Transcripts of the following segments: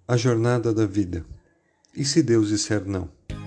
A jornada da vida. E se Deus disser não?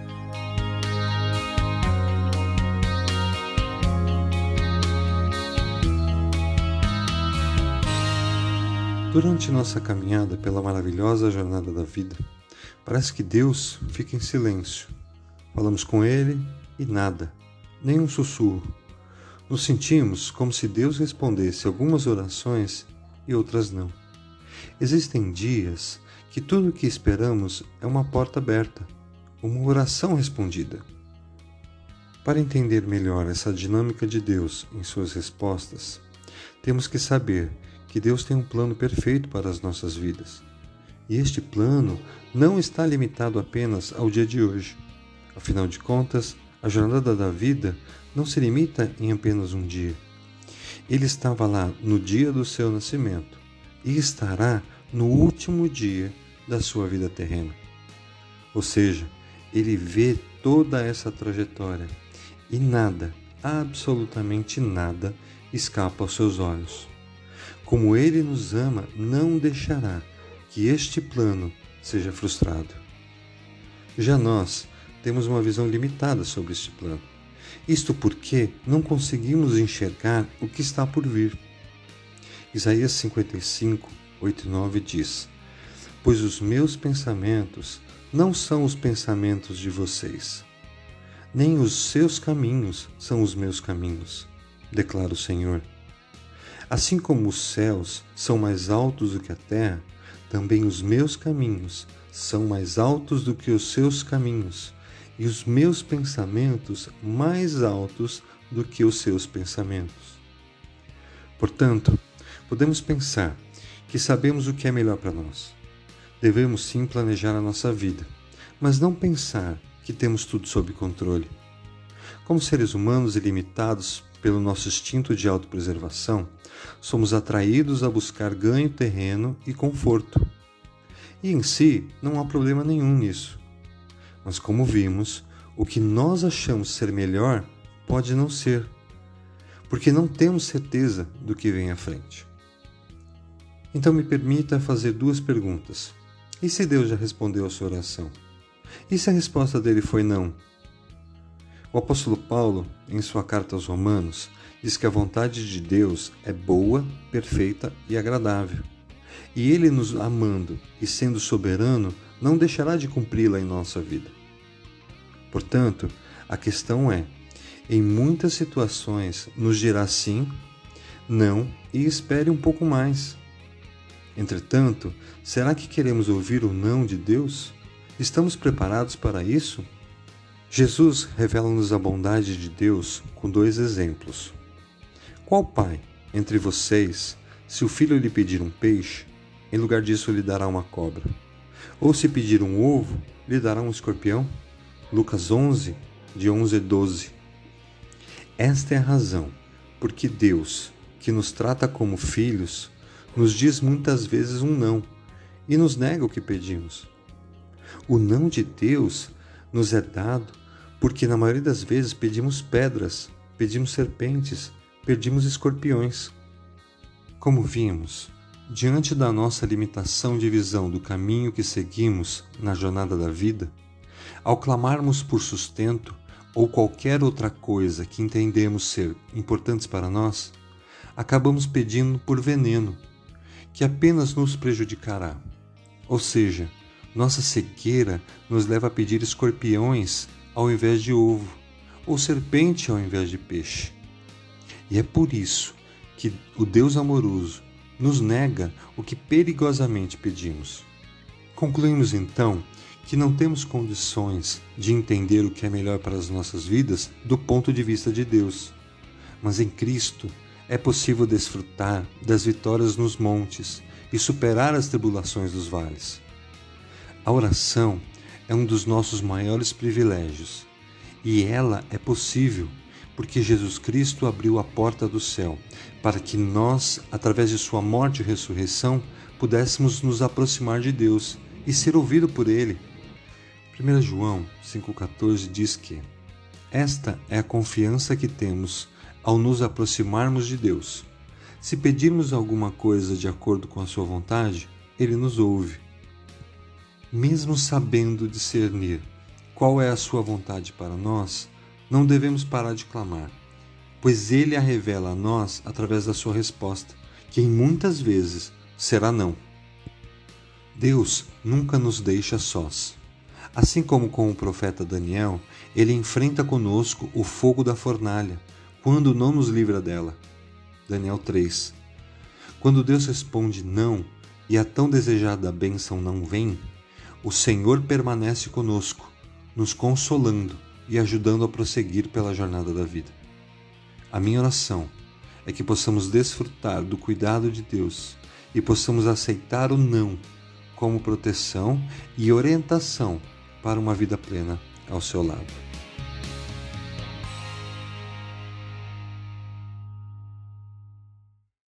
Durante nossa caminhada pela maravilhosa jornada da vida, parece que Deus fica em silêncio. Falamos com Ele e nada, nem um sussurro. Nos sentimos como se Deus respondesse algumas orações e outras não. Existem dias que tudo o que esperamos é uma porta aberta, uma oração respondida. Para entender melhor essa dinâmica de Deus em suas respostas, temos que saber que Deus tem um plano perfeito para as nossas vidas. E este plano não está limitado apenas ao dia de hoje. Afinal de contas, a jornada da vida não se limita em apenas um dia. Ele estava lá no dia do seu nascimento e estará no último dia da sua vida terrena. Ou seja, ele vê toda essa trajetória e nada, absolutamente nada, escapa aos seus olhos. Como ele nos ama, não deixará que este plano seja frustrado. Já nós temos uma visão limitada sobre este plano. Isto porque não conseguimos enxergar o que está por vir. Isaías 55, 8 e 9 diz: Pois os meus pensamentos não são os pensamentos de vocês, nem os seus caminhos são os meus caminhos, declara o Senhor. Assim como os céus são mais altos do que a terra, também os meus caminhos são mais altos do que os seus caminhos, e os meus pensamentos mais altos do que os seus pensamentos. Portanto, podemos pensar que sabemos o que é melhor para nós. Devemos sim planejar a nossa vida, mas não pensar que temos tudo sob controle. Como seres humanos ilimitados pelo nosso instinto de autopreservação, somos atraídos a buscar ganho terreno e conforto. E em si, não há problema nenhum nisso. Mas como vimos, o que nós achamos ser melhor pode não ser, porque não temos certeza do que vem à frente. Então me permita fazer duas perguntas. E se Deus já respondeu a sua oração? E se a resposta dele foi não? O apóstolo Paulo, em sua carta aos Romanos, diz que a vontade de Deus é boa, perfeita e agradável. E Ele nos amando e sendo soberano, não deixará de cumpri-la em nossa vida. Portanto, a questão é, em muitas situações nos dirá sim, não e espere um pouco mais. Entretanto, será que queremos ouvir o não de Deus? Estamos preparados para isso? Jesus revela-nos a bondade de Deus com dois exemplos. Qual pai, entre vocês, se o filho lhe pedir um peixe, em lugar disso lhe dará uma cobra? Ou se pedir um ovo, lhe dará um escorpião? Lucas 11, de 11 a 12. Esta é a razão porque Deus, que nos trata como filhos, nos diz muitas vezes um não e nos nega o que pedimos. O não de Deus nos é dado porque na maioria das vezes pedimos pedras, pedimos serpentes, pedimos escorpiões. Como vimos, diante da nossa limitação de visão do caminho que seguimos na jornada da vida, ao clamarmos por sustento ou qualquer outra coisa que entendemos ser importantes para nós, acabamos pedindo por veneno, que apenas nos prejudicará. Ou seja, nossa cegueira nos leva a pedir escorpiões ao invés de ovo, ou serpente ao invés de peixe. E é por isso que o Deus amoroso nos nega o que perigosamente pedimos. Concluímos então que não temos condições de entender o que é melhor para as nossas vidas do ponto de vista de Deus, mas em Cristo é possível desfrutar das vitórias nos montes e superar as tribulações dos vales. A oração é um dos nossos maiores privilégios, e ela é possível porque Jesus Cristo abriu a porta do céu para que nós, através de sua morte e ressurreição, pudéssemos nos aproximar de Deus e ser ouvido por Ele. 1 João 5,14 diz que esta é a confiança que temos ao nos aproximarmos de Deus. Se pedirmos alguma coisa de acordo com a sua vontade, Ele nos ouve. Mesmo sabendo discernir qual é a sua vontade para nós, não devemos parar de clamar, pois Ele a revela a nós através da sua resposta, que muitas vezes será não. Deus nunca nos deixa sós. Assim como com o profeta Daniel, ele enfrenta conosco o fogo da fornalha, quando não nos livra dela. Daniel 3. Quando Deus responde não e a tão desejada bênção não vem, o Senhor permanece conosco, nos consolando e ajudando a prosseguir pela jornada da vida. A minha oração é que possamos desfrutar do cuidado de Deus e possamos aceitar o não como proteção e orientação para uma vida plena ao seu lado.